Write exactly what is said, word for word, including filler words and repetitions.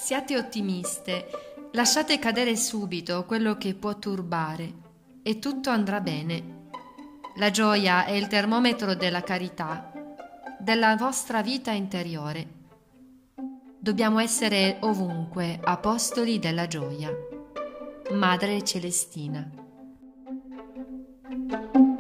Siate ottimiste, lasciate cadere subito quello che può turbare e tutto andrà bene. La gioia è il termometro della carità, della vostra vita interiore. Dobbiamo essere ovunque apostoli della gioia. Madre Celestina.